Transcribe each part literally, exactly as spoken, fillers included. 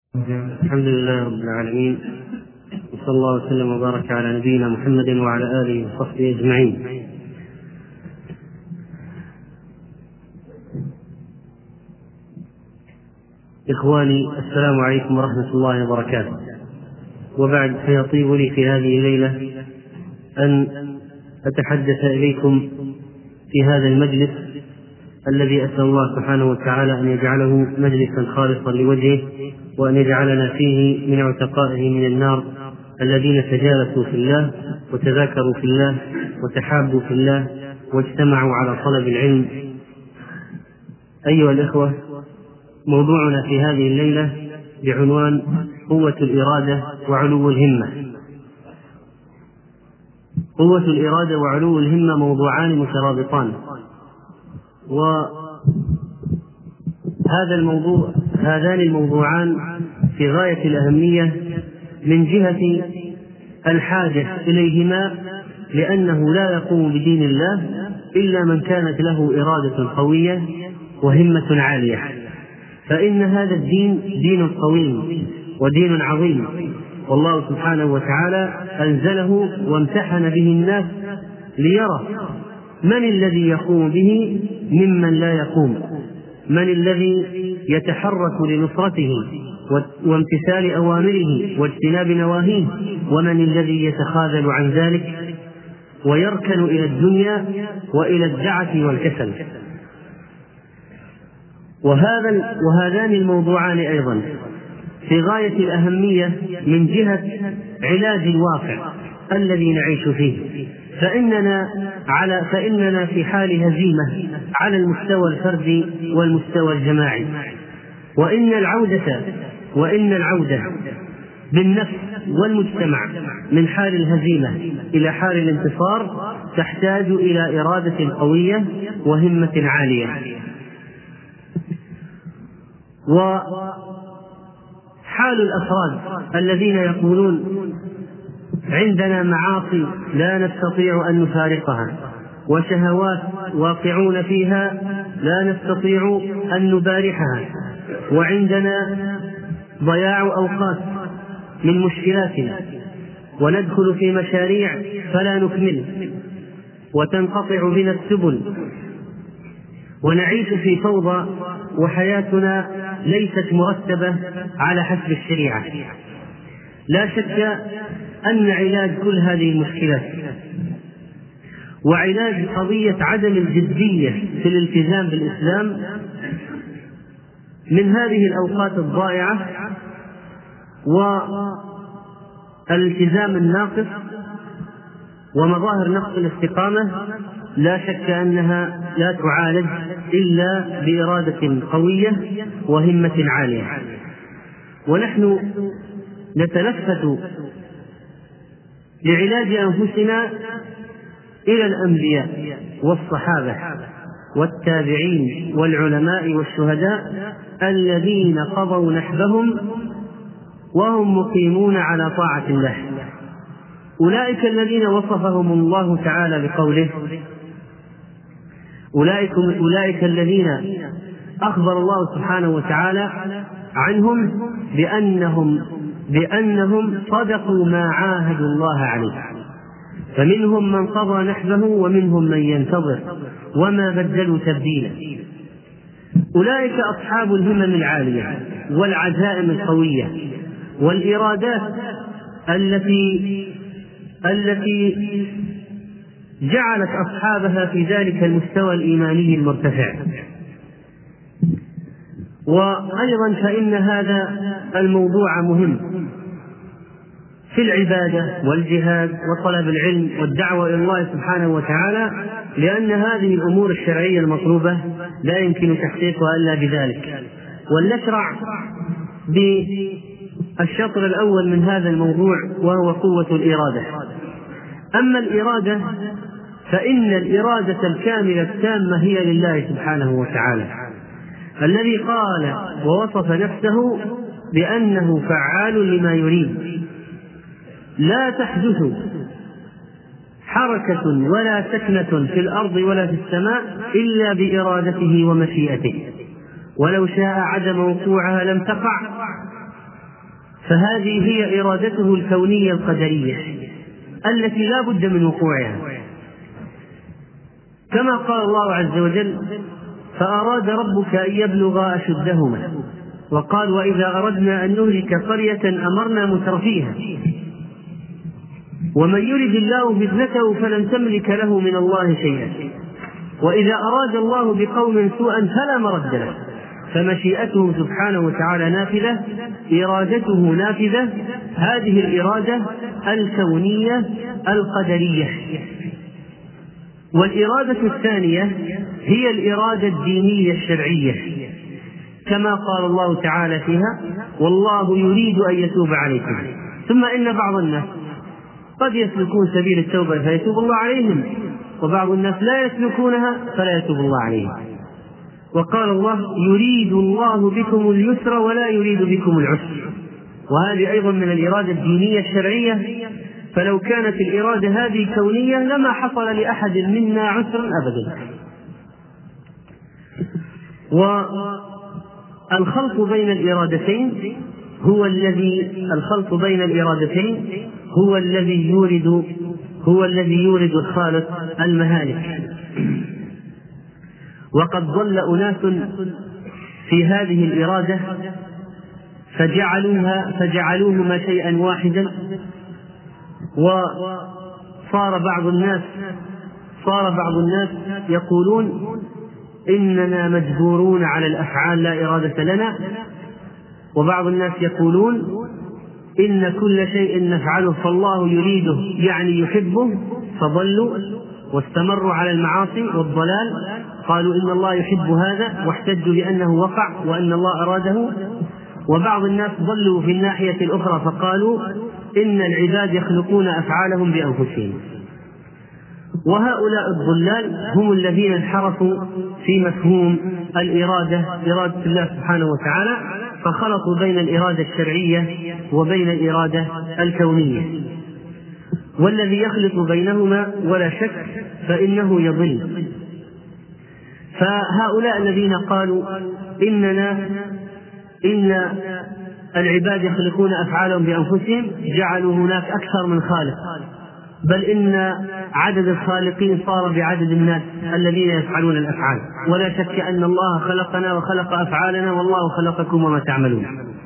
الحمد لله رب العالمين، وصلى الله وسلم وبارك على نبينا محمد وعلى آله وصحبه أجمعين. إخواني، السلام عليكم ورحمة الله وبركاته. وبعد، فيطيب لي في هذه الليلة أن أتحدث إليكم في هذا المجلس الذي أسأل الله سبحانه وتعالى أن يجعله مجلسا خالصا لوجهه، وأن يجعلنا فيه من عتقائه من النار الذين تجالسوا في الله وتذاكروا في الله وتحابوا في الله واجتمعوا على طلب العلم. أيها الإخوة، موضوعنا في هذه الليلة بعنوان قوة الإرادة وعلو الهمة. قوة الإرادة وعلو الهمة موضوعان مترابطان، وهذا الموضوع هذان الموضوعان في غاية الأهمية من جهة الحاجة إليهما، لأنه لا يقوم بدين الله إلا من كانت له إرادة قوية وهمة عالية، فإن هذا الدين دين قوي ودين عظيم، والله سبحانه وتعالى أنزله وامتحن به الناس ليرى من الذي يقوم به ممن لا يقوم، من الذي يتحرك لنصرته وامتثال أوامره واجتناب نواهيه، ومن الذي يتخاذل عن ذلك ويركن إلى الدنيا وإلى الدعة والكسل. وهذا وهذان الموضوعان أيضا في غاية الأهمية من جهة علاج الواقع الذي نعيش فيه، فإننا, على فإننا في حال هزيمة على المستوى الفردي والمستوى الجماعي، وإن العودة وإن العودة بالنفس والمجتمع من حال الهزيمة إلى حال الانتصار تحتاج إلى إرادة قوية وهمة عالية. وحال الأفراد الذين يقولون عندنا معاصي لا نستطيع أن نفارقها، وشهوات واقعون فيها لا نستطيع أن نبارحها، وعندنا ضياع أوقات من مشكلاتنا، وندخل في مشاريع فلا نكمل، وتنقطع بنا السبل، ونعيش في فوضى، وحياتنا ليست مرتبة على حسب الشريعة. لا شك أن علاج كل هذه المشكلات وعلاج قضية عدم الجدية في الالتزام بالإسلام من هذه الأوقات الضائعة والالتزام الناقص ومظاهر نقص الاستقامة، لا شك أنها لا تعالج إلا بإرادة قوية وهمة عالية. ونحن نتلفت لعلاج أنفسنا إلى الأنبياء والصحابة والتابعين والعلماء والشهداء الذين قضوا نحبهم وهم مقيمون على طاعة الله. أولئك الذين وصفهم الله تعالى بقوله: أولئك, أولئك الذين أخبر الله سبحانه وتعالى عنهم بأنهم, بأنهم صدقوا ما عاهدوا الله عليه، فمنهم من قضى نحبه ومنهم من ينتظر وما بدلوا تبديلا. أولئك أصحاب الهمم العالية والعزائم القوية والإرادات التي التي جعلت أصحابها في ذلك المستوى الإيماني المرتفع. وأيضا فإن هذا الموضوع مهم في العبادة والجهاد وطلب العلم والدعوة إلى الله سبحانه وتعالى، لأن هذه الأمور الشرعية المطلوبة لا يمكن تحقيقها إلا بذلك. ولنشرع بالشطر الأول من هذا الموضوع، وهو قوة الإرادة. أما الإرادة فإن الإرادة الكاملة التامة هي لله سبحانه وتعالى، الذي قال ووصف نفسه بأنه فعال لما يريد، لا تحدث حركة ولا سكنة في الأرض ولا في السماء إلا بإرادته ومشيئته، ولو شاء عدم وقوعها لم تقع، فهذه هي إرادته الكونية القدرية التي لا بد من وقوعها، كما قال الله عز وجل: فأراد ربك أن يبلغ أشدهما، وقال: وإذا أردنا أن نهلك قرية أمرنا مترفيها، ومن يرد الله فتنته فلن تملك له من الله شيئا، وإذا أراد الله بقوم سوءا فلا مرد له، فمشيئته سبحانه وتعالى نافذة، إرادته نافذة، هذه الإرادة الكونية القدرية. والإرادة الثانية هي الإرادة الدينية الشرعية، كما قال الله تعالى فيها: والله يريد أن يتوب عليكم. ثم إن بعض الناس قد يسلكون سبيل التوبة فيتوب الله عليهم، وبعض الناس لا يسلكونها فلا يتوب الله عليهم. وقال الله: يريد الله بكم اليسر ولا يريد بكم العسر، وهذه أيضا من الإرادة الدينية الشرعية. فلو كانت الإرادة هذه كونية لما حصل لأحد منا عسر أبدا. والخلط بين الإرادتين هو الذي الخلط بين الإرادتين هو الذي يورد هو الذي يورد الخالق المهالك. وقد ضل أناس في هذه الإرادة فجعلوها فجعلوهما شيئا واحدا، وصار بعض الناس صار بعض الناس يقولون: إننا مجبورون على الأفعال لا إرادة لنا، وبعض الناس يقولون: إن كل شيء نفعله فالله يريده يعني يحبه، فضلوا واستمروا على المعاصي والضلال، قالوا إن الله يحب هذا واحتجوا بأنه وقع وأن الله أراده. وبعض الناس ضلوا في الناحية الأخرى فقالوا إن العباد يخلقون أفعالهم بأنفسهم. وهؤلاء الضلال هم الذين انحرفوا في مفهوم الإرادة إرادة الله سبحانه وتعالى، فخلطوا بين الإرادة الشرعية وبين الإرادة الكونية. والذي يخلط بينهما ولا شك فإنه يضل. فهؤلاء الذين قالوا إننا إن العباد يخلقون أفعالهم بأنفسهم جعلوا هناك أكثر من خالق، بل إن عدد الخالقين صار بعدد الناس الذين يفعلون الأفعال، ولا شك أن الله خلقنا وخلق أفعالنا والله خلقكم وما تعملون.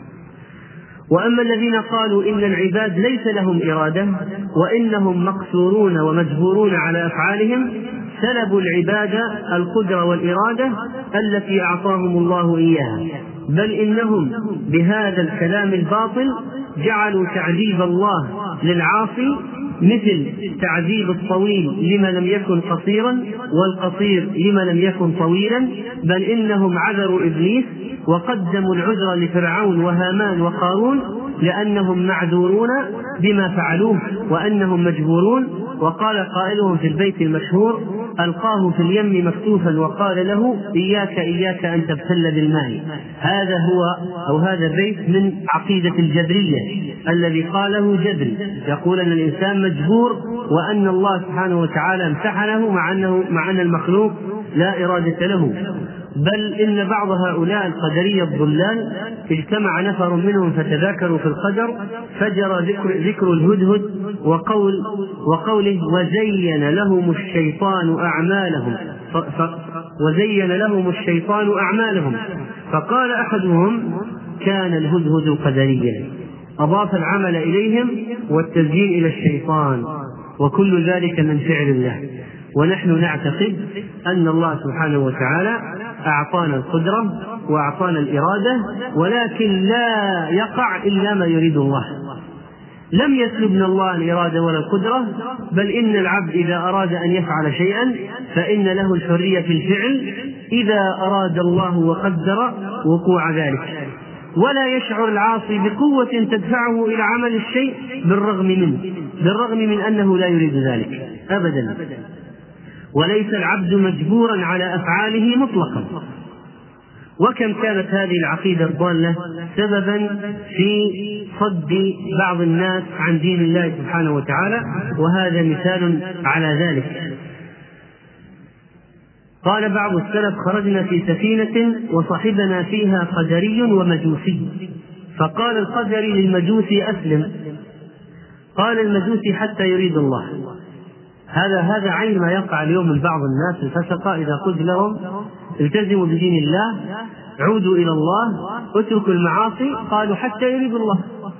وأما الذين قالوا إن العباد ليس لهم إرادة وإنهم مقصورون ومجبورون على أفعالهم، سلبوا العباد القدرة والإرادة التي أعطاهم الله إياها، بل إنهم بهذا الكلام الباطل جعلوا تعذيب الله للعاصي مثل تعذيب الطويل لما لم يكن قصيرا والقصير لما لم يكن طويلا، بل إنهم عذروا إبليس وقدموا العذر لفرعون وهامان وقارون لأنهم معذورون بما فعلوه وأنهم مجبورون. وقال قائلهم في البيت المشهور: ألقاه في اليم مكتوفا وقال له: إياك إياك أن تبتل بالماء. هذا هو أو هذا بيت من عقيدة الجبرية الذي قاله جبري، يقول أن الإنسان مجبور وأن الله سبحانه وتعالى امتحنه مع أنه مع أن المخلوق لا إرادة له. بل إن بعض هؤلاء القدرية الضلال اجتمع نفر منهم فتذاكروا في القدر، فجرى ذكر, ذكر الهدهد وقول وقوله: وزين لهم الشيطان أعمالهم ف ف وزين لهم الشيطان أعمالهم فقال أحدهم: كان الهدهد قدريا، أضاف العمل إليهم والتزيين إلى الشيطان، وكل ذلك من فعل الله. ونحن نعتقد أن الله سبحانه وتعالى أعطانا القدرة وأعطانا الإرادة، ولكن لا يقع إلا ما يريد الله. لم يسلبنا الله الإرادة ولا القدرة، بل إن العبد إذا أراد أن يفعل شيئا فإن له الحرية في الفعل إذا أراد الله وقدر وقوع ذلك، ولا يشعر العاصي بقوة تدفعه إلى عمل الشيء بالرغم منه بالرغم من أنه لا يريد ذلك أبدا. وليس العبد مجبورا على أفعاله مطلقا. وكم كانت هذه العقيدة الضالة سببا في صد بعض الناس عن دين الله سبحانه وتعالى، وهذا مثال على ذلك. قال بعض السلف: خرجنا في سفينة وصحبنا فيها قدري ومجوسي، فقال القدري للمجوسي أسلم، قال المجوسي حتى يريد الله. هذا هذا عين ما يقع اليوم من بعض الناس الفسقة، إذا قلت لهم التزموا بدين الله، عودوا إلى الله، اتركوا المعاصي، قالوا حتى يريد الله.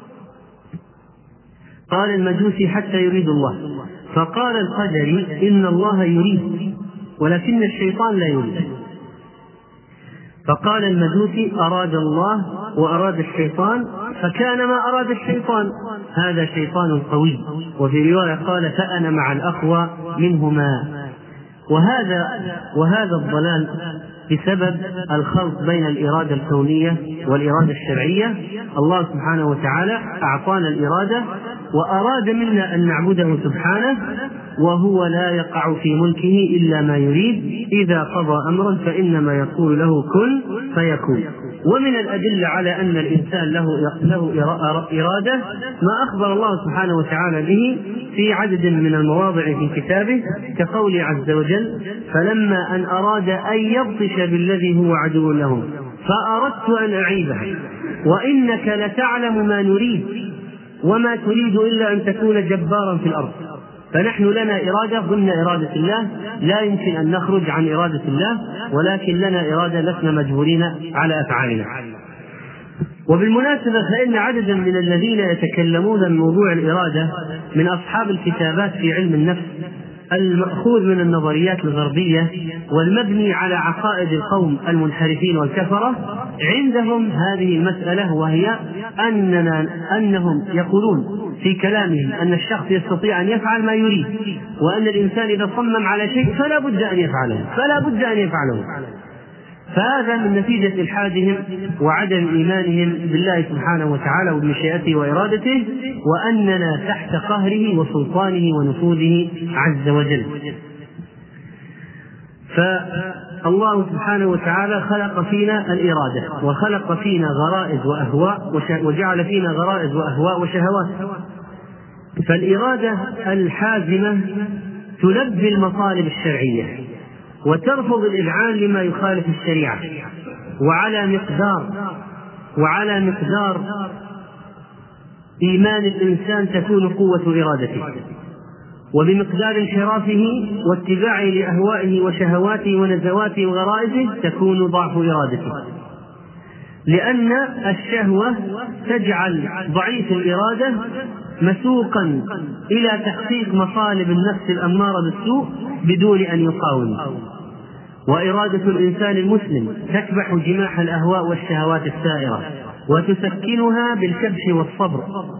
قال المجوسي حتى يريد الله. فقال القدري إن الله يريد ولكن الشيطان لا يريد. فقال المجوسي أراد الله وأراد الشيطان، فكان ما أراد الشيطان، هذا شيطان قوي. وفي رواية قال فأنا مع الأقوى منهما. وهذا وهذا الضلال بسبب الخلط بين الإرادة الكونية والإرادة الشرعية. الله سبحانه وتعالى أعطانا الإرادة وأراد منا أن نعبده سبحانه، وهو لا يقع في ملكه إلا ما يريد، إذا قضى أمرا فإنما يقول له كن فيكون. ومن الأدلة على أن الإنسان له له إرادة ما أخبر الله سبحانه وتعالى به في عدد من المواضع في كتابه، كقوله عز وجل فلما أن أراد أن يبطش بالذي هو عدو لهم فأردت أن أعيبه وإنك لتعلم ما نريد وما تريد إلا أن تكون جبارا في الأرض. فنحن لنا إرادة ضمن إرادة الله، لا يمكن أن نخرج عن إرادة الله، ولكن لنا إرادة لسنا مجبورين على أفعالنا. وبالمناسبة فإن عددا من الذين يتكلمون عن موضوع الإرادة من أصحاب الكتابات في علم النفس المأخوذ من النظريات الغربية والمبني على عقائد القوم المنحرفين والكفرة، عندهم هذه المسألة، وهي أننا أنهم يقولون في كلامهم أن الشخص يستطيع أن يفعل ما يريد، وأن الإنسان إذا صمم على شيء فلا بد أن يفعله فلا بد أن يفعله. فهذا من نتيجة إلحادهم وعدم إيمانهم بالله سبحانه وتعالى وبمشيئته وإرادته، وأننا تحت قهره وسلطانه ونفوذه عز وجل. فالله سبحانه وتعالى خلق فينا الإرادة، وخلق فينا غرائز وأهواء، وجعل فينا غرائز وأهواء وشهوات. فالإرادة الحازمة تلبي المطالب الشرعية وترفض الإذعان لما يخالف الشريعة، وعلى مقدار وعلى مقدار إيمان الإنسان تكون قوة إرادته، وبمقدار انحرافه واتباعه لأهوائه وشهواته ونزواته وغرائزه تكون ضعف إرادته. لأن الشهوة تجعل ضعيف الإرادة مسوقا إلى تحقيق مطالب النفس الأمارة بالسوء بدون أن يقاوم. وإرادة الإنسان المسلم تكبح جماح الأهواء والشهوات السائرة وتسكنها بالكبش والصبر.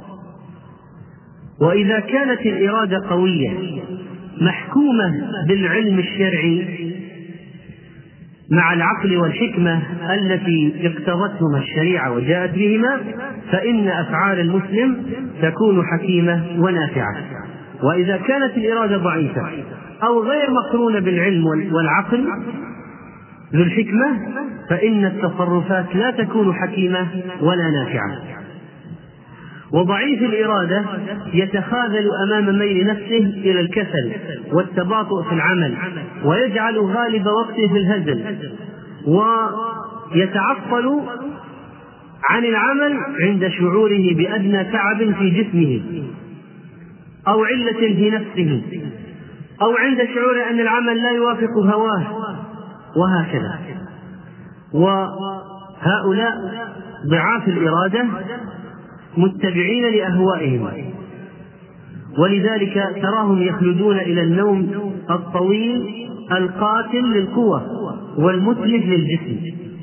وإذا كانت الإرادة قوية محكومة بالعلم الشرعي مع العقل والحكمة التي اقتضتهما الشريعة وجاءت بهما، فإن أفعال المسلم تكون حكيمة ونافعة. وإذا كانت الإرادة ضعيفة أو غير مقرونة بالعلم والعقل ذو الحكمة، فإن التصرفات لا تكون حكيمة ولا نافعة. وضعيف الإرادة يتخاذل أمام ميل نفسه إلى الكسل والتباطؤ في العمل، ويجعل غالب وقته في الهزل، ويتعطل عن العمل عند شعوره بأدنى تعب في جسمه أو علة في نفسه، أو عند شعوره أن العمل لا يوافق هواه، وهكذا. وهؤلاء ضعاف الإرادة متبعين لأهوائهم، ولذلك تراهم يخلدون إلى النوم الطويل القاتل للقوة والمتلف للجسم.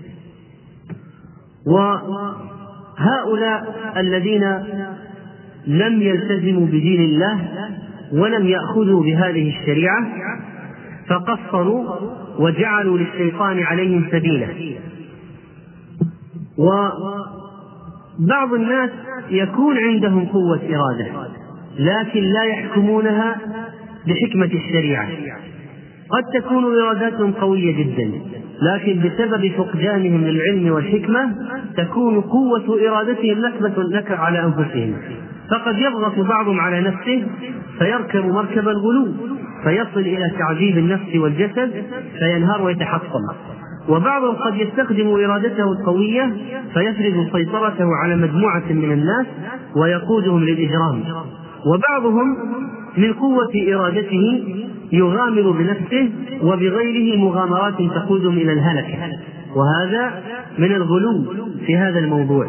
وهؤلاء الذين لم يلتزموا بدين الله ولم يأخذوا بهذه الشريعة فقصروا وجعلوا للشيطان عليهم سبيلا. وبعض الناس يكون عندهم قوة إرادة لكن لا يحكمونها بحكمة الشريعة. قد تكون إراداتهم قوية جدا، لكن بسبب فقدانهم للعلم والحكمة تكون قوة إرادتهم نكبة لك على أنفسهم. فقد يضغط بعضهم على نفسه فيركب مركب الغلو فيصل إلى تعذيب النفس والجسد فينهار ويتحطم. وبعضهم قد يستخدم إرادته القوية فيفرض سيطرته على مجموعة من الناس ويقودهم للإجرام، وبعضهم من قوة إرادته يغامر بنفسه وبغيره مغامرات تقودهم إلى الهلكة، وهذا من الغلو في هذا الموضوع.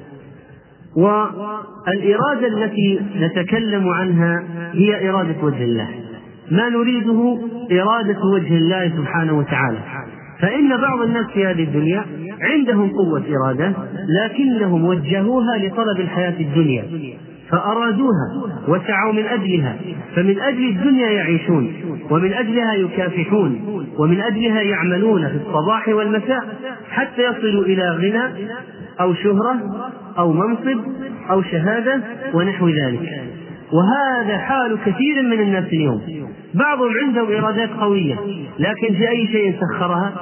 والإرادة التي نتكلم عنها هي إرادة وجه الله، ما نريده إرادة وجه الله سبحانه وتعالى. فإن بعض الناس في هذه الدنيا عندهم قوة إرادة لكنهم وجهوها لطلب الحياة الدنيا فأرادوها وسعوا من أجلها، فمن أجل الدنيا يعيشون ومن أجلها يكافحون ومن أجلها يعملون في الصباح والمساء حتى يصلوا إلى غنى أو شهرة أو منصب أو شهادة ونحو ذلك. وهذا حال كثير من الناس اليوم. بعضهم عندهم إرادات قوية لكن في أي شيء سخرها؟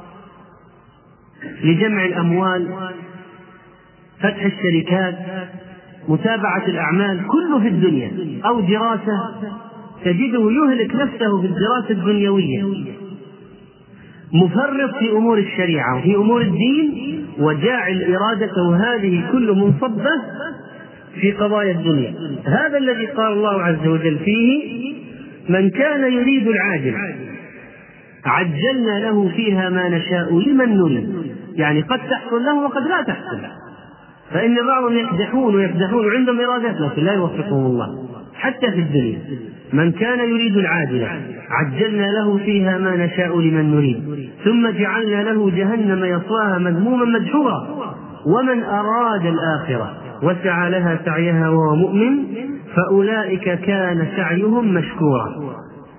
لجمع الأموال، فتح الشركات، متابعة الأعمال، كله في الدنيا، أو دراسة تجده يهلك نفسه في الدراسة الدنيوية، مفرط في أمور الشريعة وفي أمور الدين، وجاعل إرادته هذه كله منصبة في قضايا الدنيا. هذا الذي قال الله عز وجل فيه: من كان يريد العاجل عجلنا له فيها ما نشاء لمن نريد. يعني قد تحصل له وقد لا تحصل، فإن بعضهم يكدحون ويكدحون وعندهم إرادات لكن لا يوفقهم الله حتى في الدنيا. من كان يريد العاجلة عجلنا له فيها ما نشاء لمن نريد ثم جعلنا له جهنم يصلاها مذموما مدحورا ومن أراد الآخرة وسعى لها سعيها وهو مؤمن فأولئك كان سعيهم مشكورا.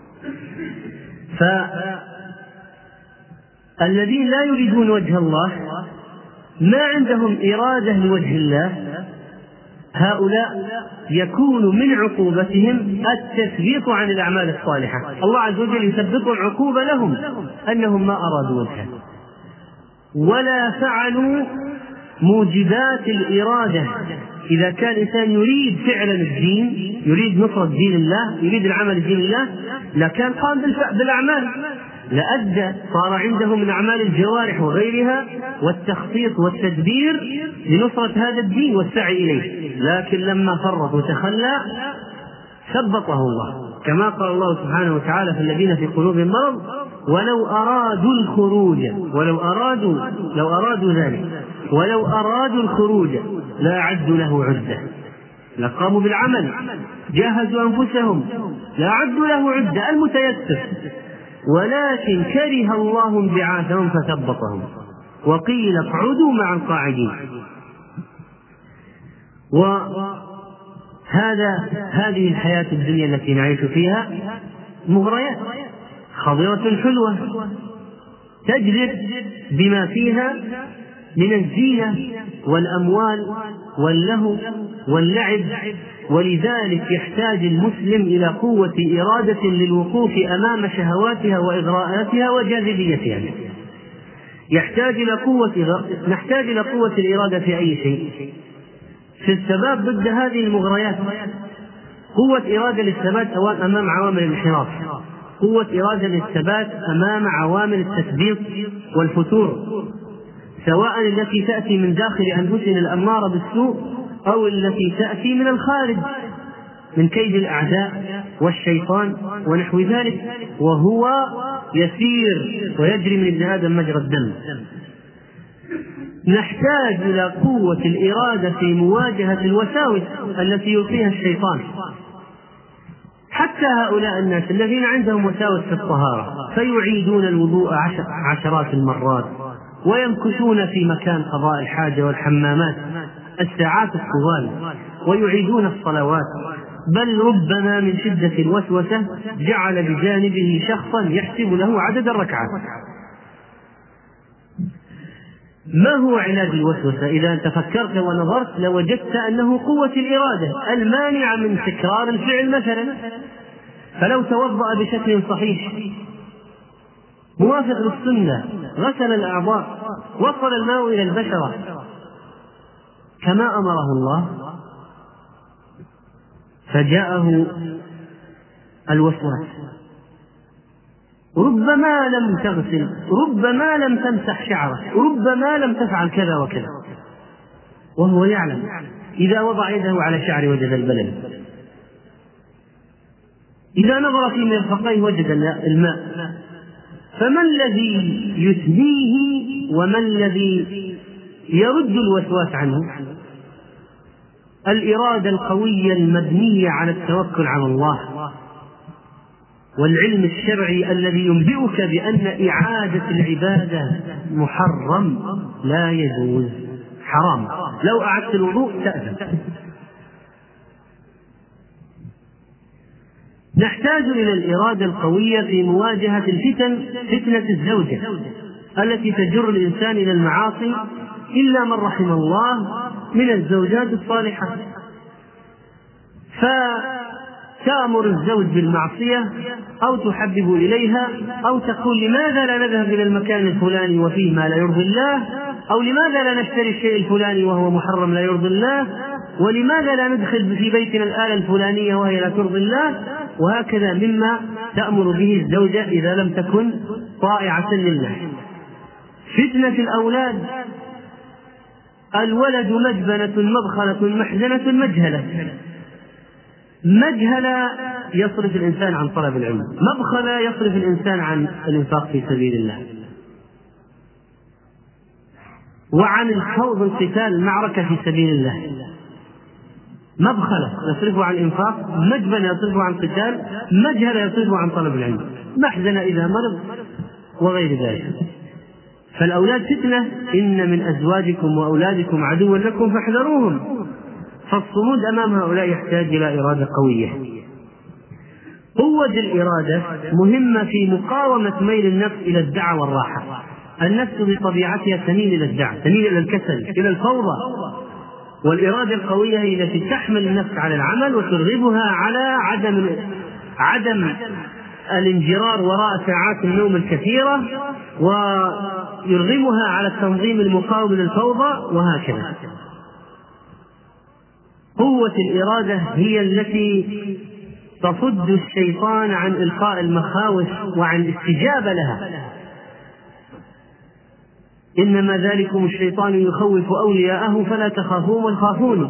فالذين لا يريدون وجه الله ما عندهم إرادة لوجه الله، هؤلاء يكون من عقوبتهم التثبيط عن الأعمال الصالحة. الله عز وجل يثبط العقوبة لهم أنهم ما أرادوا وجهه ولا فعلوا موجبات الإرادة. إذا كان إنسان يريد فعلا الدين، يريد نصرة دين الله، يريد العمل دين الله، لكان قام بالأعمال، لأدى، صار عنده من أعمال الجوارح وغيرها والتخطيط والتدبير لنصرة هذا الدين والسعي إليه. لكن لما فرط وتخلى ثبطه الله، كما قال الله سبحانه وتعالى: في الذين في قلوبهم مرض ولو أرادوا الخروج ولو أرادوا لو أرادوا ذلك ولو أرادوا الخروج لأعدوا له عدة، لقاموا بالعمل، جاهزوا أنفسهم، لأعدوا له عدة المتيسر، ولكن كره الله انبعاثهم فثبطهم وقيل اقعدوا مع القاعدين. وهذا هذه الحياة الدنيا التي نعيش فيها مغريات خضرة حلوة تجذب بما فيها من الزينة والأموال واللهو واللعب، ولذلك يحتاج المسلم إلى قوة إرادة للوقوف أمام شهواتها وإغراءاتها وجاذبيتها. يحتاج إلى قوة نحتاج إلى قوة الإرادة في أي شيء، في الثبات ضد هذه المغريات، قوة إرادة للثبات سواء أمام عوامل الانحراف، قوة إرادة للثبات أمام عوامل التثبيط والفتور، سواء التي تأتي من داخل أنفسنا الأمارة بالسوء أو التي تأتي من الخارج من كيد الأعداء والشيطان ونحو ذلك، وهو يسير ويجري من ابن آدم مجرى الدم. نحتاج إلى قوة الإرادة في مواجهة الوساوس التي يلقيها الشيطان. حتى هؤلاء الناس الذين عندهم وساوس في الطهارة فيعيدون الوضوء عشرات المرات ويمكثون في مكان قضاء الحاجة والحمامات الساعات الطوال ويعيدون الصلوات، بل ربما من شدة الوسوسة جعل بجانبه شخصا يحسب له عدد الركعات. ما هو علاج الوسوسة؟ إذا أنت فكرت ونظرت لوجدت أنه قوة الإرادة المانعة من تكرار الفعل مثلا. فلو توضأ بشكل صحيح موافق للسنة، غسل الأعضاء، وصل الماء إلى البشرة كما أمره الله، فجاءه الوسواس ربما لم تغسل، ربما لم تمسح شعرك، ربما لم تفعل كذا وكذا، وهو يعلم. إذا وضع يده على شعره وجد البلل، إذا نظر في مرفقيه وجد الماء. فما الذي يثنيه وما الذي يرد الوسواس عنه؟ الإرادة القوية المبنية على التوكل على الله، والعلم الشرعي الذي ينبئك بأن إعادة العبادة محرم، لا يجوز، حرام. لو أعدت الوضوء تأثم. نحتاج إلى الإرادة القوية في مواجهة الفتن، فتنة الزوجة التي تجر الإنسان إلى المعاصي إلا من رحم الله من الزوجات الصالحة، فتأمر الزوج بالمعصية أو تحبب إليها، أو تقول لماذا لا نذهب إلى المكان الفلاني وفيه ما لا يرضي الله، أو لماذا لا نشتري الشيء الفلاني وهو محرم لا يرضي الله، ولماذا لا ندخل في بيتنا الآلة الفلانية وهي لا ترضي الله، وهكذا مما تأمر به الزوجة إذا لم تكن طائعة لله. فتنة الأولاد، الولد مجبنة مبخلة محزنة مجهلة. مجهلة يصرف الإنسان عن طلب العلم، مبخلة يصرف الإنسان عن الإنفاق في سبيل الله وعن الخوض القتال المعركة في سبيل الله. مبخلة يصرفه عن الإنفاق، مجبنة يصرفه عن القتال، مجهلة يصرفه عن طلب العلم، محزنة إذا مرض وغير ذلك. فالأولاد فتنة، إن من أزواجكم وأولادكم عدوا لكم فاحذروهم. فالصمود أمام هؤلاء يحتاج إلى إرادة قوية. قوة الإرادة مهمة في مقاومة ميل النفس إلى الدعة والراحة. النفس بطبيعتها تميل إلى الدعة، تميل إلى الكسل، إلى الفوضى، والإرادة القوية هي التي تحمل النفس على العمل وترغبها على عدم عدم الانجرار وراء ساعات النوم الكثيرة، ويرغمها على التنظيم المقاوم للفوضى، وهكذا. قوة الإرادة هي التي تصد الشيطان عن إلقاء المخاوف وعن الاستجابة لها. إنما ذلكم الشيطان يخوف أولياءه فلا تخافون وخافوني.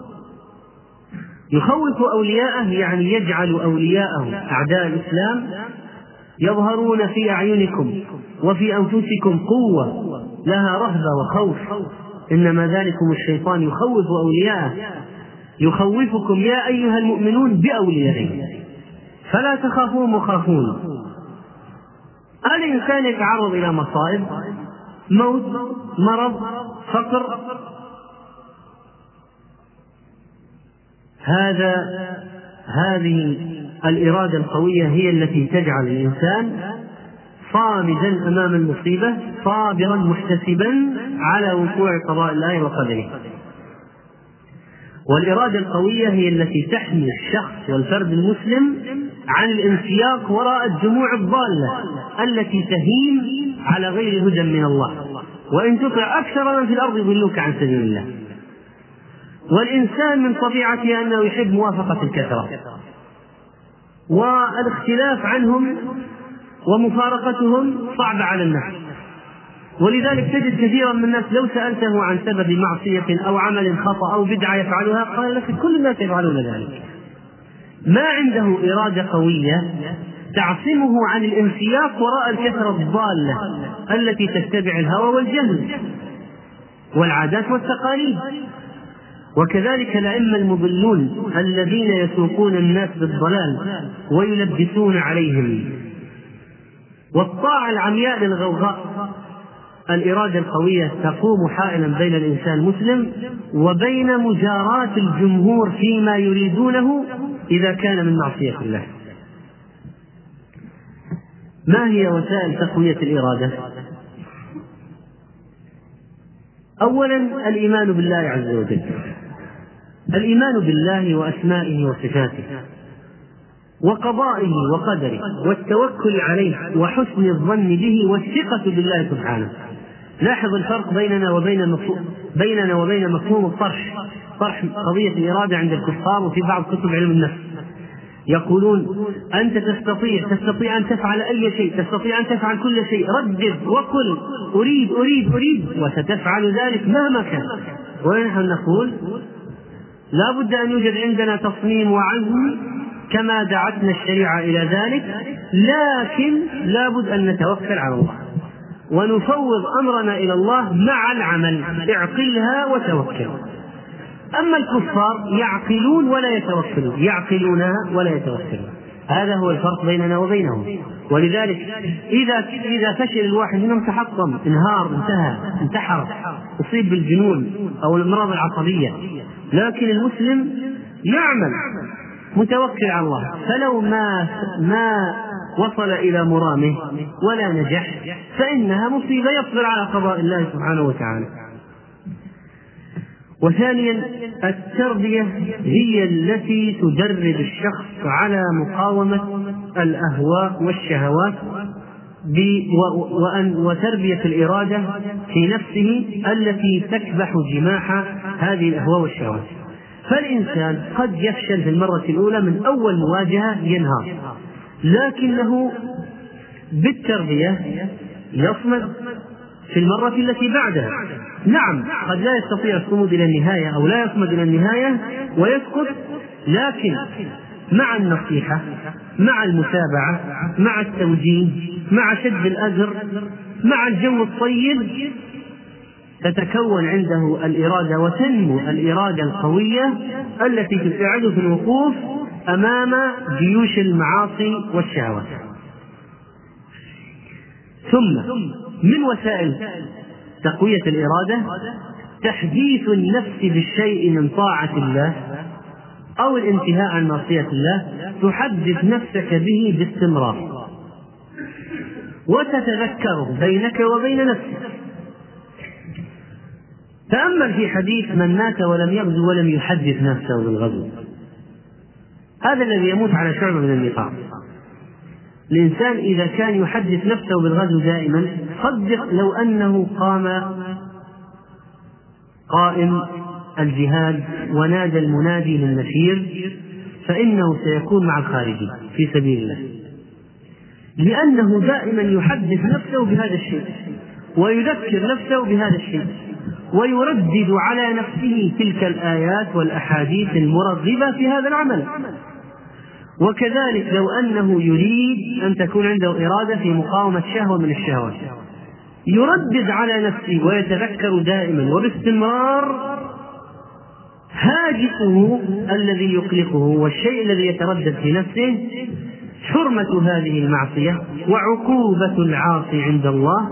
يخوف أولياءه يعني يجعل أولياءه أعداء الإسلام يظهرون في أعينكم وفي أنفسكم قوة لها رهبة وخوف. إنما ذلكم الشيطان يخوف أولياءه، يخوفكم يا أيها المؤمنون بأوليائه فلا تخافون وخافون. الإنسان يتعرض إلى مصائب، موت، مرض، فقر، هذا هذه الإرادة القوية هي التي تجعل الإنسان صامدا أمام المصيبة، صابرا محتسبا على وقوع قضاء الله وقدره. والإرادة القوية هي التي تحمي الشخص والفرد المسلم عن الانسياق وراء الجموع الضالة التي تهيم على غير هدى من الله، وإن تطع أكثر من في الأرض يضلوك عن سبيل الله. والإنسان من طبيعته أنه يحب موافقة الكثرة، والاختلاف عنهم ومفارقتهم صعبة على النفس. ولذلك تجد كثيرا من الناس لو سألته عن سبب معصية أو عمل خطأ أو بدعة يفعلها قال لك كل الناس يفعلون ذلك. ما عنده إرادة قوية تعصمه عن الانسياق وراء الكثرة الضالة التي تتبع الهوى والجهل والعادات والتقاليد. وكذلك الأئمة المضلون الذين يسوقون الناس بالضلال ويلبسون عليهم، والطاعة العمياء للغوغاء. الإرادة القوية تقوم حائلا بين الإنسان المسلم وبين مجاراة الجمهور فيما يريدونه إذا كان من معصية الله. ما هي وسائل تقوية الإرادة؟ أولا الإيمان بالله عز وجل، الإيمان بالله وأسمائه وصفاته وقضائه وقدره، والتوكل عليه وحسن الظن به والثقة بالله سبحانه. لاحظ الفرق بيننا وبين مفهوم بيننا وبين مفهوم الطرح، طرح قضية الإرادة عند الكفار وفي بعض كتب علم النفس. يقولون أنت تستطيع تستطيع أن تفعل أي شيء، تستطيع أن تفعل كل شيء، ردد وقل أريد أريد أريد وستفعل ذلك مهما كان. ونحن نقول لا بد أن يوجد عندنا تصميم وعزم كما دعتنا الشريعة إلى ذلك، لكن لا بد أن نتوكل على الله ونفوض أمرنا إلى الله مع العمل، اعقلها وتوكل. أما الكفار يعقلون ولا يتوكلون، يعقلونها ولا يتوكلون، هذا هو الفرق بيننا وبينهم. ولذلك إذا إذا فشل الواحد منهم تحطم، انهار، انتهى، انتحر، أصيب بالجنون أو الأمراض العصبية. لكن المسلم يعمل متوكل على الله، فلو ما ما وصل إلى مرامه ولا نجح فإنها مصيبة يصبر على قضاء الله سبحانه وتعالى. وثانيا التربية هي التي تدرب الشخص على مقاومة الأهواء والشهوات وتربية الإرادة في نفسه التي تكبح جماح هذه الأهواء والشهوات. فالإنسان قد يفشل في المرة الأولى، من أول مواجهة ينهار، لكنه بالتربية يصمد في المرة التي بعدها. نعم قد لا يستطيع الصمود إلى النهاية أو لا يصمد إلى النهاية ويسقط، لكن مع النصيحة، مع المتابعة، مع التوجيه، مع شد الأزر، مع الجو الطيب، تتكون عنده الإرادة وتنمو الإرادة القوية التي تساعده في الوقوف أمام جيوش المعاصي والشهوات. ثم من وسائل تقوية الإرادة تحديث النفس بالشيء من طاعة الله أو الانتهاء عن معصية الله، تحدث نفسك به باستمرار وتتذكره بينك وبين نفسك. تأمل في حديث من مات ولم يغزو ولم يحدث نفسه بالغزو، هذا الذي يموت على شعبة من النفاق. الإنسان إذا كان يحدث نفسه بالغزو دائما، صدق لو أنه قام قائم الجهاد ونادى المنادي للنفير فإنه سيكون مع الخارجين في سبيل الله، لأنه دائما يحدث نفسه بهذا الشيء ويذكر نفسه بهذا الشيء ويردد على نفسه تلك الآيات والأحاديث المرغبة في هذا العمل. وكذلك لو أنه يريد أن تكون عنده إرادة في مقاومة شهوة من الشهوات، يردد على نفسه ويتذكر دائما وباستمرار هاجسه الذي يقلقه والشيء الذي يتردد في نفسه، حرمة هذه المعصية وعقوبة العاصي عند الله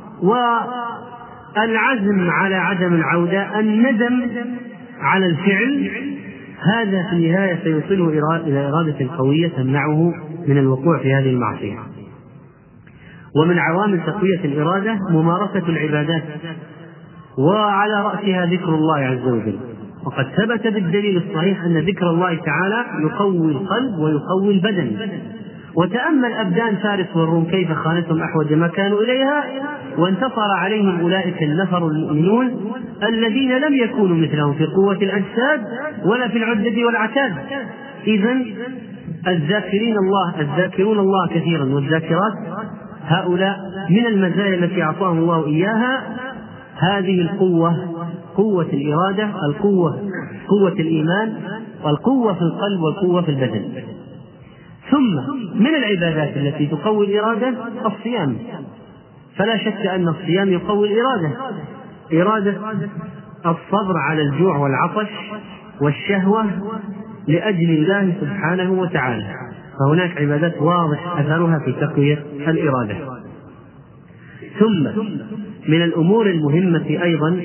والعزم على عدم العودة، الندم على الفعل. هذا في النهاية سيوصله إلى إرادة قوية تمنعه من الوقوع في هذه المعصية. ومن عوامل تقوية الإرادة ممارسة العبادات، وعلى رأسها ذكر الله عز وجل. وقد ثبت بالدليل الصحيح أن ذكر الله تعالى يقوي القلب ويقوي البدن. وتأمل أبدان فارس والروم كيف خانتهم أحوج ما كانوا إليها وانتصر عليهم أولئك النفر المؤمنون الذين لم يكونوا مثلهم في قوة الأجساد ولا في العدة والعتاد. إذن الذاكرين الله الذاكرون الله كثيرا والذاكرات، هؤلاء من المزايا التي أعطاهم الله إياها هذه القوة، قوة الإرادة، القوة قوة الإيمان، والقوة في القلب والقوة في البدن. ثم من العبادات التي تقوي الإرادة الصيام، فلا شك أن الصيام يقوي الإرادة، إرادة الصبر على الجوع والعطش والشهوة لأجل الله سبحانه وتعالى، فهناك عبادات واضح أثرها في تقوية الإرادة. ثم من الأمور المهمة أيضا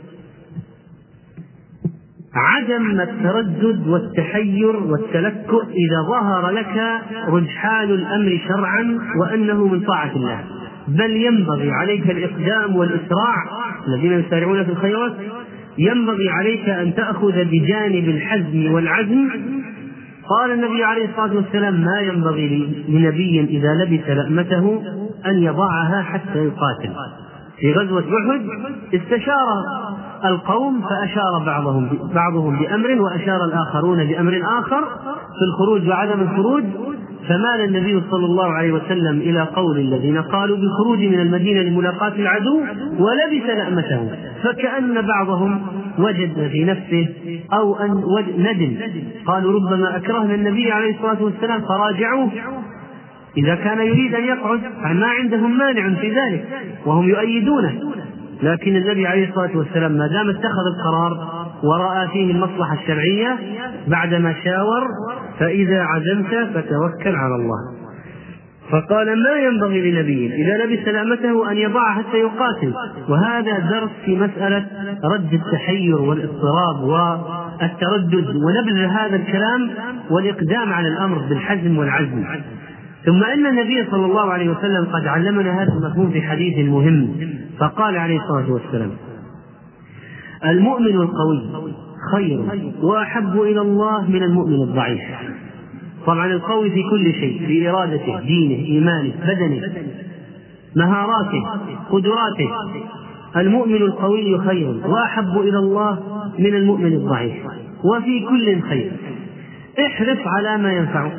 عدم التردد والتحير والتلكؤ إذا ظهر لك رجحان الأمر شرعا وأنه من طاعة الله، بل ينبغي عليك الإقدام والإسراع. الذين يسارعون في الخيرات ينبغي عليك أن تأخذ بجانب الحزم والعزم. قال النبي عليه الصلاة والسلام: ما ينبغي لنبي إذا لبس لأمته أن يضعها حتى يقاتل. في غزوة أحد استشار القوم فأشار بعضهم بعضهم بأمر وأشار الآخرون بأمر آخر في الخروج وعدم الخروج، فمال النبي صلى الله عليه وسلم إلى قول الذين قالوا بالخروج من المدينة لملاقاة العدو ولبس لأمته، فكأن بعضهم وجد في نفسه أو أن ندم، قالوا ربما أكرهنا النبي عليه الصلاة والسلام فراجعوه إذا كان يريد أن يقعد، ما عندهم مانع في ذلك وهم يؤيدونه، لكن النبي عليه الصلاة والسلام ما دام اتخذ القرار ورأى فيه المصلحة الشرعية بعدما شاور، فإذا عزمت فتوكل على الله. فقال ما ينبغي لنبي إذا لبس لأمته أن يضع حتى يقاتل. وهذا درس في مسألة رد التحير والاضطراب والتردد ونبذ هذا الكلام والإقدام على الأمر بالحزم والعزم. ثم إن النبي صلى الله عليه وسلم قد علمنا هذا المفهوم في حديث مهم، فقال عليه الصلاة والسلام المؤمن القوي خير وأحب إلى الله من المؤمن الضعيف. طبعا القوي في كل شيء، في إرادته، دينه، إيمانه، بدنه، مهاراته، قدراته. المؤمن القوي خير وأحب إلى الله من المؤمن الضعيف، وفي كل خير. احرص على ما ينفعك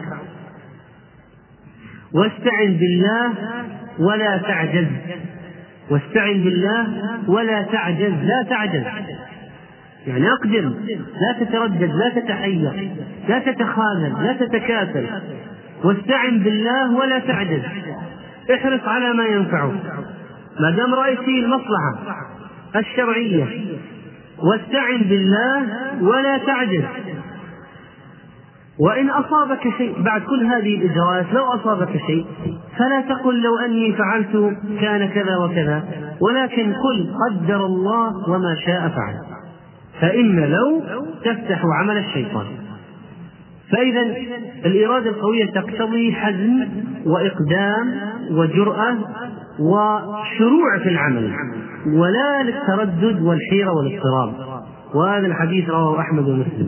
واستعن بالله ولا تعجز، واستعن بالله ولا تعجز، لا تعجز يعني أقدم، لا تتردد، لا تتحير، لا تتخاذل، لا تتكاسل. واستعن بالله ولا تعجز، احرص على ما ينفعك ما دام رأيت فيه المصلحة الشرعية، واستعن بالله ولا تعجز. وإن أصابك شيء بعد كل هذه الإجراءات، لو أصابك شيء فلا تقل لو أني فعلت كان كذا وكذا، ولكن قل قدر الله وما شاء فعل، فإن لو تفتح عمل الشيطان. فإذا الإرادة القوية تقتضي حزم وإقدام وجرأة وشروع في العمل، ولا للتردد والحيرة والاضطراب. وهذا الحديث رواه أحمد ومسلم.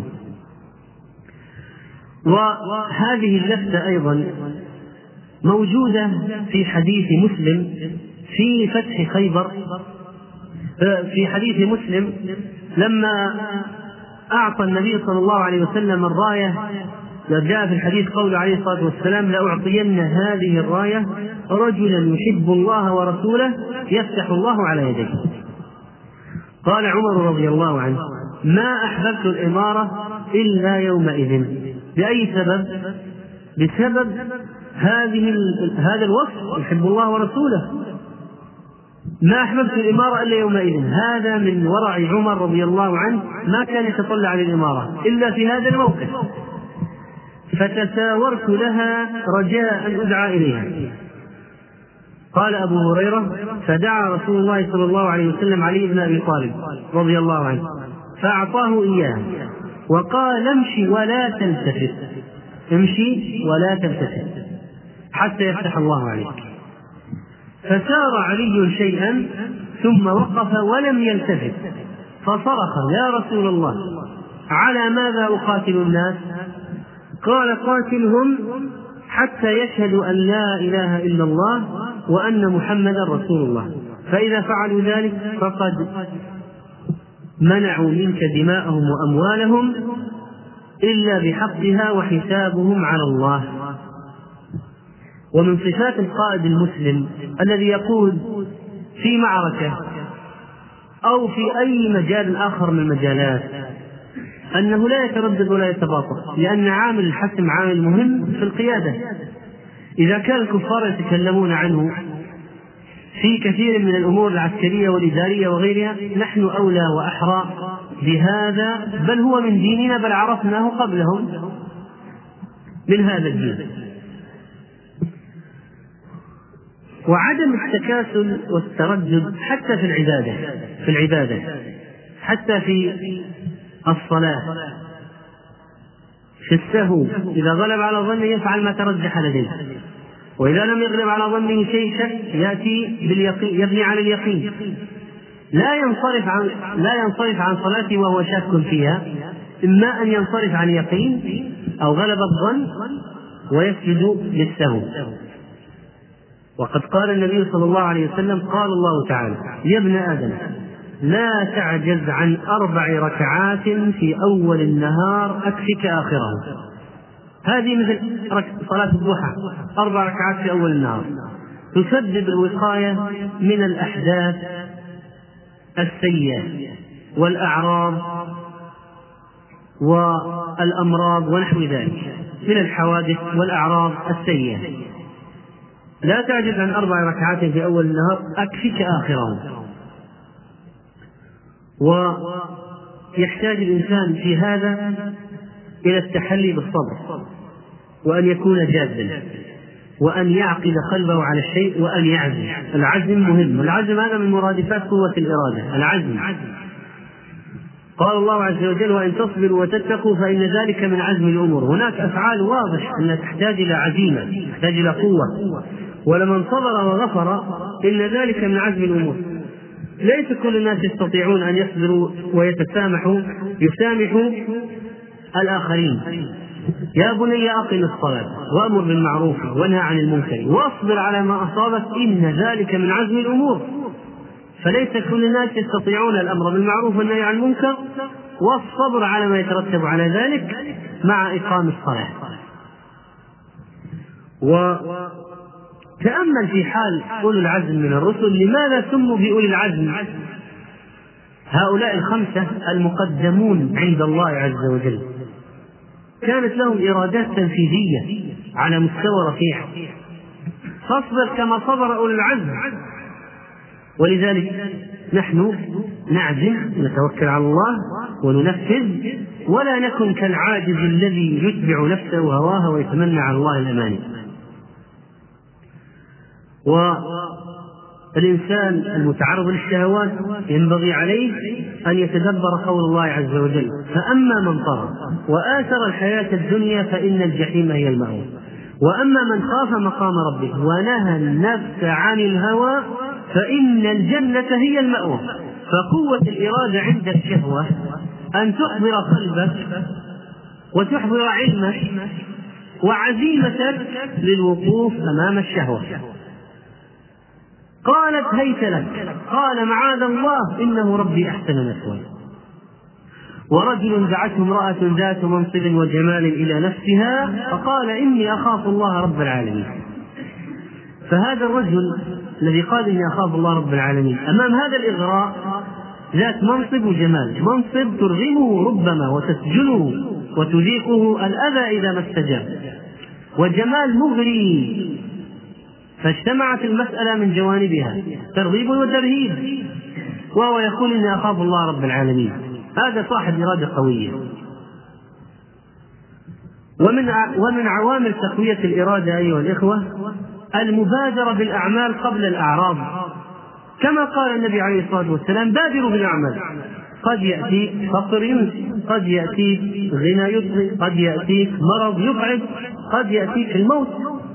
وهذه اللفتة أيضا موجودة في حديث مسلم في فتح خيبر، في حديث مسلم لما أعطى النبي صلى الله عليه وسلم الراية، جاء في الحديث قول عليه الصلاة والسلام لأعطين هذه الراية رجلا يحب الله ورسوله يفتح الله على يديه. قال عمر رضي الله عنه ما أحببت الإمارة إلا يومئذ. بأي سبب؟ بسبب هذه هذا الوصف يحب الله ورسوله. ما أحببت الإمارة إلا يومئذ، هذا من ورع عمر رضي الله عنه، ما كان يتطلع على الإمارة إلا في هذا الموقف. فتساورت لها رجاء أن أدعى إليها. قال أبو هريرة فدعا رسول الله صلى الله عليه وسلم علي بن أبي طالب رضي الله عنه فأعطاه إياه وقال امشي ولا تلتفت، امشي ولا تلتفت حتى يفتح الله عليك. فسار علي شيئا ثم وقف ولم يلتفت، فصرخ يا رسول الله على ماذا أقاتل الناس؟ قال قاتلهم حتى يشهدوا أن لا إله إلا الله وأن محمدا رسول الله، فإذا فعلوا ذلك فقد منعوا منك دماءهم وأموالهم إلا بحقها وحسابهم على الله. ومن صفات القائد المسلم الذي يقود في معركة أو في أي مجال آخر من المجالات أنه لا يتردد ولا يتباطأ، لأن عامل الحسم عامل مهم في القيادة. إذا كان الكفار يتكلمون عنه في كثير من الأمور العسكرية والإدارية وغيرها، نحن أولى وأحرى بهذا، بل هو من ديننا، بل عرفناه قبلهم من هذا الدين. وعدم التكاسل والتردد حتى في العبادة في العبادة حتى في الصلاة، في السهو إذا غلب على ظنه يفعل ما ترجح لديه، وإذا لم يغلب على ظنه شيء شك يأتي باليقين، يبني على اليقين، لا ينصرف عن لا ينصرف عن صلاته وهو شاك فيها، إما أن ينصرف عن يقين أو غلب الظن ويسجد للسهو. وقد قال النبي صلى الله عليه وسلم: قال الله تعالى: يا ابن آدم لا تعجز عن أربع ركعات في أول النهار أكفك آخره. هذه مثل صلاة الضحى، أربع ركعات في أول النهار تسبب الوقاية من الأحداث السيئة والأعراض والأمراض ونحو ذلك من الحوادث والأعراض السيئة. لا تعجز عن أربع ركعات في أول النهار أكفك آخره. ويحتاج الإنسان في هذا إلى التحلي بالصبر، وأن يكون جادا، وأن يعقد قلبه على الشيء، وأن يعزم. العزم مهم، العزم هذا من مرادفات قوة الإرادة، العزم. قال الله عز وجل: وإن تصبروا وتتقوا فإن ذلك من عزم الأمور. هناك أفعال واضح أنها تحتاج إلى عزيمة، تحتاج إلى قوة. ولمن صبر وغفر إن ذلك من عزم الأمور. ليس كل الناس يستطيعون أن يصبروا ويتسامحوا يسامحوا الآخرين. يا بني أقم الصلاة وأمر بالمعروف وانهى عن المنكر واصبر على ما أصابك إن ذلك من عزم الأمور. فليس كل الناس يستطيعون الأمر بالمعروف والنهي عن المنكر والصبر على ما يترتب على ذلك مع إقام الصلاة. وتأمل في حال أولي العزم من الرسل، لماذا سموا بأولي العزم؟ هؤلاء الخمسة المقدمون عند الله عز وجل كانت لهم إرادات تنفيذية على مستوى رفيع، فاصبر كما صبر أولي العزم. ولذلك نحن نعزم نتوكل على الله وننفذ، ولا نكن كالعاجز الذي يتبع نفسه وهواها ويتمنى على الله الأماني. والإنسان المتعرض للشهوات ينبغي عليه أن يتدبر قول الله عز وجل: فأما من طغى وآثر الحياة الدنيا فإن الجحيم هي المأوى، وأما من خاف مقام ربه ونهى النفس عن الهوى فإن الجنة هي المأوى. فقوة الإرادة عند الشهوة أن تحضر قلبك وتحضر علمك وعزيمتك للوقوف أمام الشهوة. قالت: هيت لك. قال: معاذ الله إنه ربي أحسن مثواي. ورجل دعته امرأة ذات منصب وجمال إلى نفسها فقال: إني أخاف الله رب العالمين. فهذا الرجل الذي قال إني أخاف الله رب العالمين أمام هذا الإغراء، ذات منصب وجمال، منصب ترغمه ربما وتسجنه وتذيقه الأذى إذا ما استجاب، وجمال مغري، فاجتمعت المسألة من جوانبها ترغيب وترهيب، وهو يقول إني أخاف الله رب العالمين. هذا صاحب إرادة قوية. ومن ومن عوامل تقوية الإرادة أيها الإخوة المبادرة بالأعمال قبل الأعراض، كما قال النبي عليه الصلاة والسلام: بادروا بالأعمال. قد يأتي فقر ينسي، قد يأتي غنى يطغي، قد يأتي مرض يبعد، قد يأتي الموت.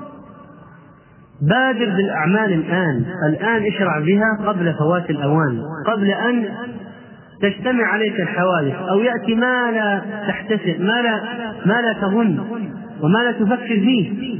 بادر بالأعمال الآن، الآن اشرع بها قبل فوات الأوان، قبل أن تجتمع عليك الحوادث أو يأتي ما لا تحتسب، ما لا ما لا تظن وما لا تفكر فيه.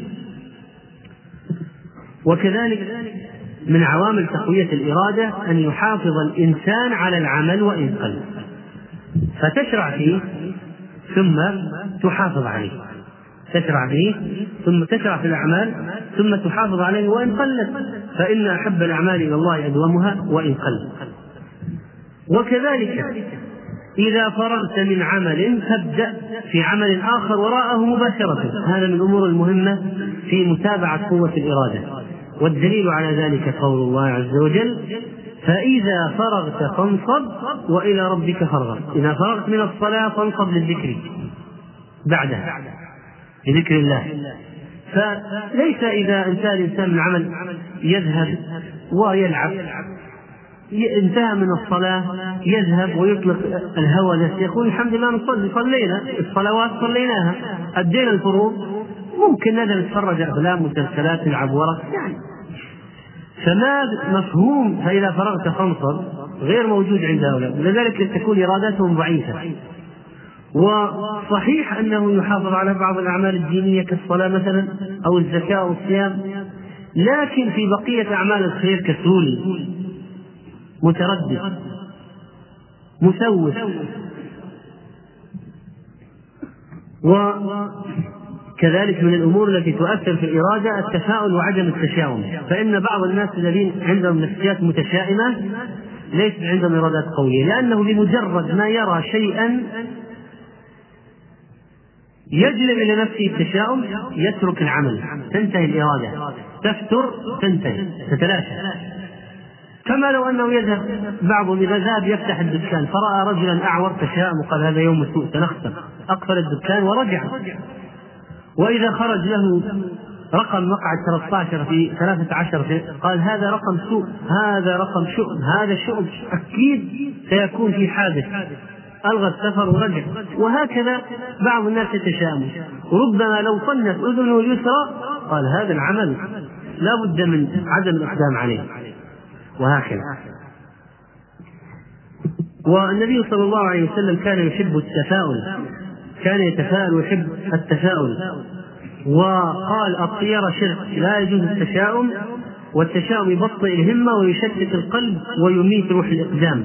وكذلك من عوامل تقوية الإرادة أن يحافظ الإنسان على العمل وإن قل، فتشرع فيه ثم تحافظ عليه، تشرع فيه ثم تشرع في الأعمال ثم تحافظ عليه وإن قلت، فإن أحب الأعمال إلى الله أدومها وإن قل. وكذلك إذا فرغت من عمل فابدأ في عمل آخر وراءه مباشرة. هذا من الأمور المهمة في متابعة قوة الإرادة، والدليل على ذلك قول الله عز وجل: فإذا فرغت فانصب وإلى ربك فارغب. إذا فرغت من الصلاة فانصب للذكر بعدها، لذكر الله. فليس إذا انتهى الإنسان من عمل يذهب ويلعب، انتهى من الصلاة يذهب ويطلق الهوى نفسه، يقول الحمد لله نصلي، صلينا الصلوات صليناها، أدينا الفروض، ممكن نذهب نتفرج أفلام مسلسلات نلعب ورق يعني. فما مفهوم فإذا فرغت فانصب غير موجود عند هؤلاء، لذلك تكون إرادتهم ضعيفة. وصحيح أنه يحافظ على بعض الأعمال الدينية كالصلاة مثلا أو الزكاة أو الصيام، لكن في بقية أعمال الخير كسول متردد مسوس. وكذلك من الأمور التي تؤثر في الإرادة التفاؤل وعدم التشاؤم، فإن بعض الناس الذين عندهم نفسيات متشائمة ليس عندهم إرادات قوية، لأنه بمجرد ما يرى شيئا يجلب إلى نفسه التشاؤم يترك العمل، تنتهي الإرادة، تفتر، تنتهي، تتلاشى. كما لو أنه يذهب بعضهم إذا ذهب يفتح الدكان فرأى رجلا أعور تشاءم وقال هذا يوم سوء سنخسر، أقفل الدكان ورجع. وإذا خرج له رقم مقعد ثلاثة عشر في ثلاثة عشر قال هذا رقم سوء، هذا رقم شؤم، هذا شؤم، أكيد سيكون في حادث، ألغى السفر ورجع. وهكذا بعض الناس يتشائمون، ربما لو طنت أذنه اليسرى قال هذا العمل لا بد من عدم الإقدام عليه، وهكذا. والنبي صلى الله عليه وسلم كان يحب التفاؤل، كان يتفاءل ويحب التفاؤل، وقال الطيرة شرك لا يجوز التشاؤم، والتشاؤم يبطئ الهمة ويشتت القلب ويميت روح الإقدام.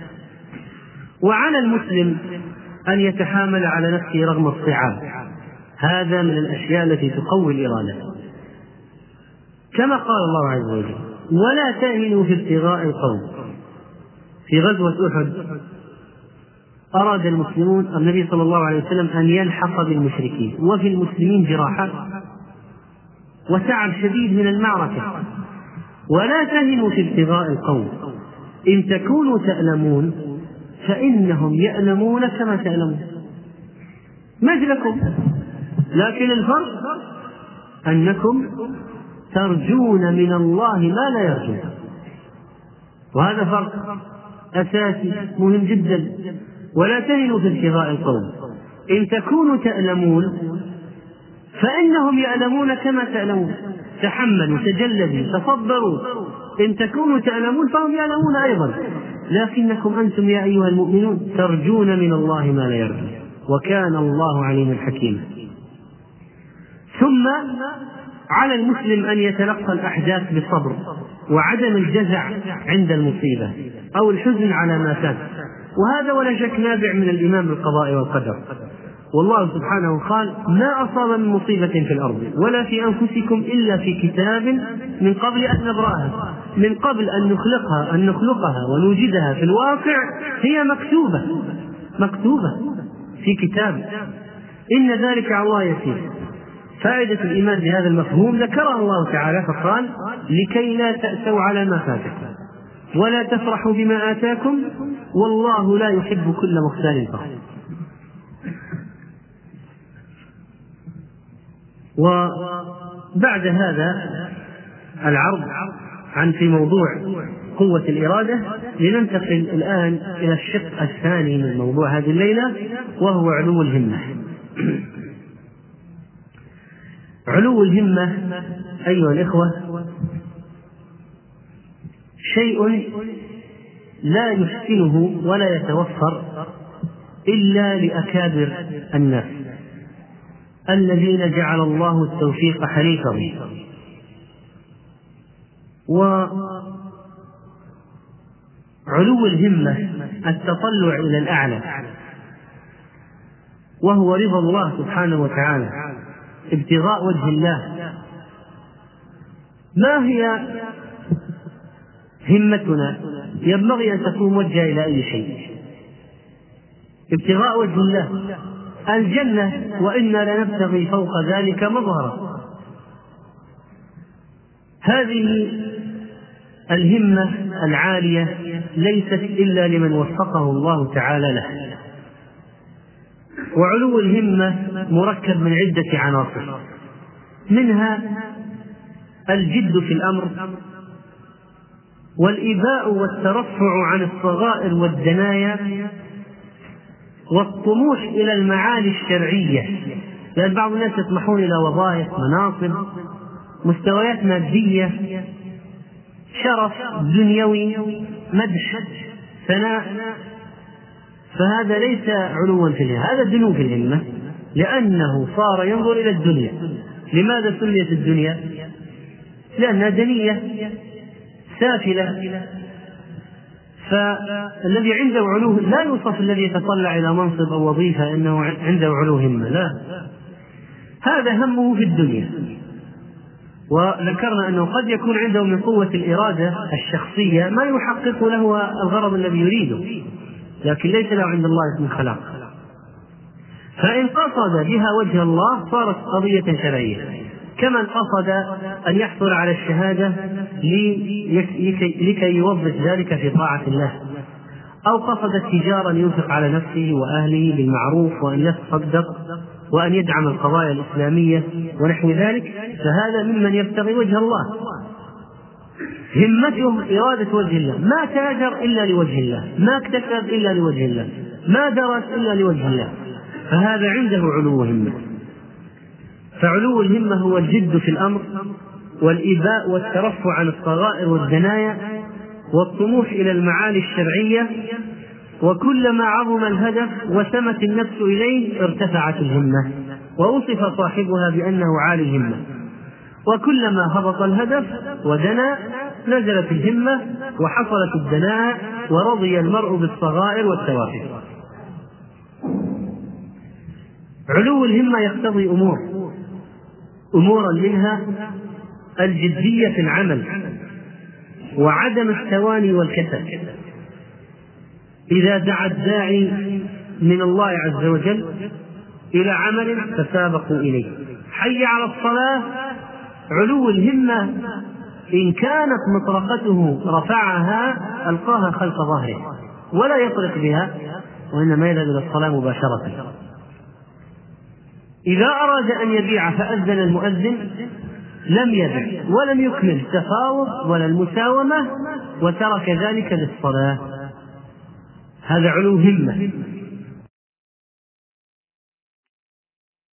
وعلى المسلم أن يتحامل على نفسه رغم الصعاب، هذا من الأشياء التي تقوي الإرادة، كما قال الله عز وجل ولا تهنوا في ابتغاء القوم. في غزوة أحد أراد المسلمون النبي صلى الله عليه وسلم أن يلحق بالمشركين، وفي المسلمين جراحات وتعب شديد من المعركة. ولا تهنوا في ابتغاء القوم إن تكونوا تألمون فإنهم يألمون كما تألمون مثلكم، لكن الفرق أنكم ترجون من الله ما لا يرجون. وهذا فرق أساسي مهم جدا. ولا تهنوا في ابتغاء القوم إن تكونوا تألمون فإنهم يألمون كما تألمون، تحملوا، تجلدوا، تصبروا. إن تكونوا تألمون فهم يألمون أيضا، لكنكم أنتم يا أيها المؤمنون ترجون من الله ما لا يرجون، وكان الله عليما حكيما. ثم على المسلم أن يتلقى الأحداث بالصبر وعدم الجزع عند المصيبة أو الحزن على ما فات، وهذا ولا شك نابع من الإيمان بالقضاء والقدر. والله سبحانه قال ما أصاب من مصيبة في الأرض ولا في أنفسكم إلا في كتاب من قبل أن نبرأها، من قبل أن نخلقها أن نخلقها ونوجدها في الواقع، هي مكتوبة مكتوبة في كتاب، إن ذلك على الله يسير. فائدة الإيمان بهذا المفهوم ذكرها الله تعالى فقال لكي لا تأسوا على ما فاتكم ولا تفرحوا بما آتاكم والله لا يحب كل مختال فخور. وبعد هذا العرض عن في موضوع قوة الإرادة لننتقل الآن إلى الشق الثاني من موضوع هذه الليلة، وهو علو الهمة. علو الهمة أيها الإخوة شيء لا يحسنه ولا يتوفر إلا لأكابر الناس الذين جعل الله التوفيق حليفهم. وعلو الهمة التطلع إلى الأعلى، وهو رضا الله سبحانه وتعالى، ابتغاء وجه الله. ما هي همتنا؟ ينبغي أن تكون موجهة إلى أي شيء، ابتغاء وجه الله، الجنة، وإنا لنبتغي فوق ذلك مظهرا. هذه الهمة العالية ليست إلا لمن وفقه الله تعالى له. وعلو الهمة مركب من عدة عناصر، منها الجد في الأمر، والإباء والترفع عن الصغائر والدنايا، والطموح إلى المعالي الشرعية، لأن بعض الناس يطمحون إلى وظائف، مناصب، مستويات مادية، شرف دنيوي، مدح، ثناء، فهذا ليس علوا في الهمة، هذا دنو في الهمة، لأنه صار ينظر إلى الدنيا. لماذا سميت الدنيا؟ لأنها دنية سافلة. فالذي عنده علو لا يوصف الذي يتطلع إلى منصب أو وظيفة أنه عنده علو همة، لا، هذا همه في الدنيا. وذكرنا أنه قد يكون عنده من قوة الإرادة الشخصية ما يحقق له الغرض الذي يريده، لكن ليس له عند الله اسم خلاق. فإن قصد بها وجه الله صارت قضية شرعية، كمن قصد أن يحصل على الشهادة لكي يوظف ذلك في طاعة الله، أو قصد تجارا ينفق على نفسه وأهله بالمعروف وأن يتصدق وأن يدعم القضايا الإسلامية ونحو ذلك، فهذا ممن يبتغي وجه الله، همته إرادة وجه الله، ما تاجر إلا لوجه الله، ما اكتسب إلا لوجه الله، ما درس إلا لوجه الله، فهذا عنده علو همة. فعلو الهمة هو الجد في الأمر والإباء والترفع عن الصغائر والدنايا والطموح إلى المعالي الشرعية، وكلما عظم الهدف وسمت النفس إليه ارتفعت الهمة ووصف صاحبها بأنه عالي الهمة، وكلما هبط الهدف ودنا نزلت الهمة وحصلت الدناء ورضي المرء بالصغائر والتوافه. علو الهمة يقتضي أمور أمورا منها الجدية في العمل وعدم التواني والكسل. إذا دعا الداعي من الله عز وجل إلى عمل فسابقوا إليه، حي على الصلاة، علو الهمة إن كانت مطرقته رفعها ألقاها خلف ظهره ولا يطرق بها، وإنما يذهب إلى الصلاة مباشرة. إذا أراد أن يبيع فأذن المؤذن لم يبع ولم يكمل التفاوض ولا المساومة وترك ذلك للصلاة، هذا علو همة.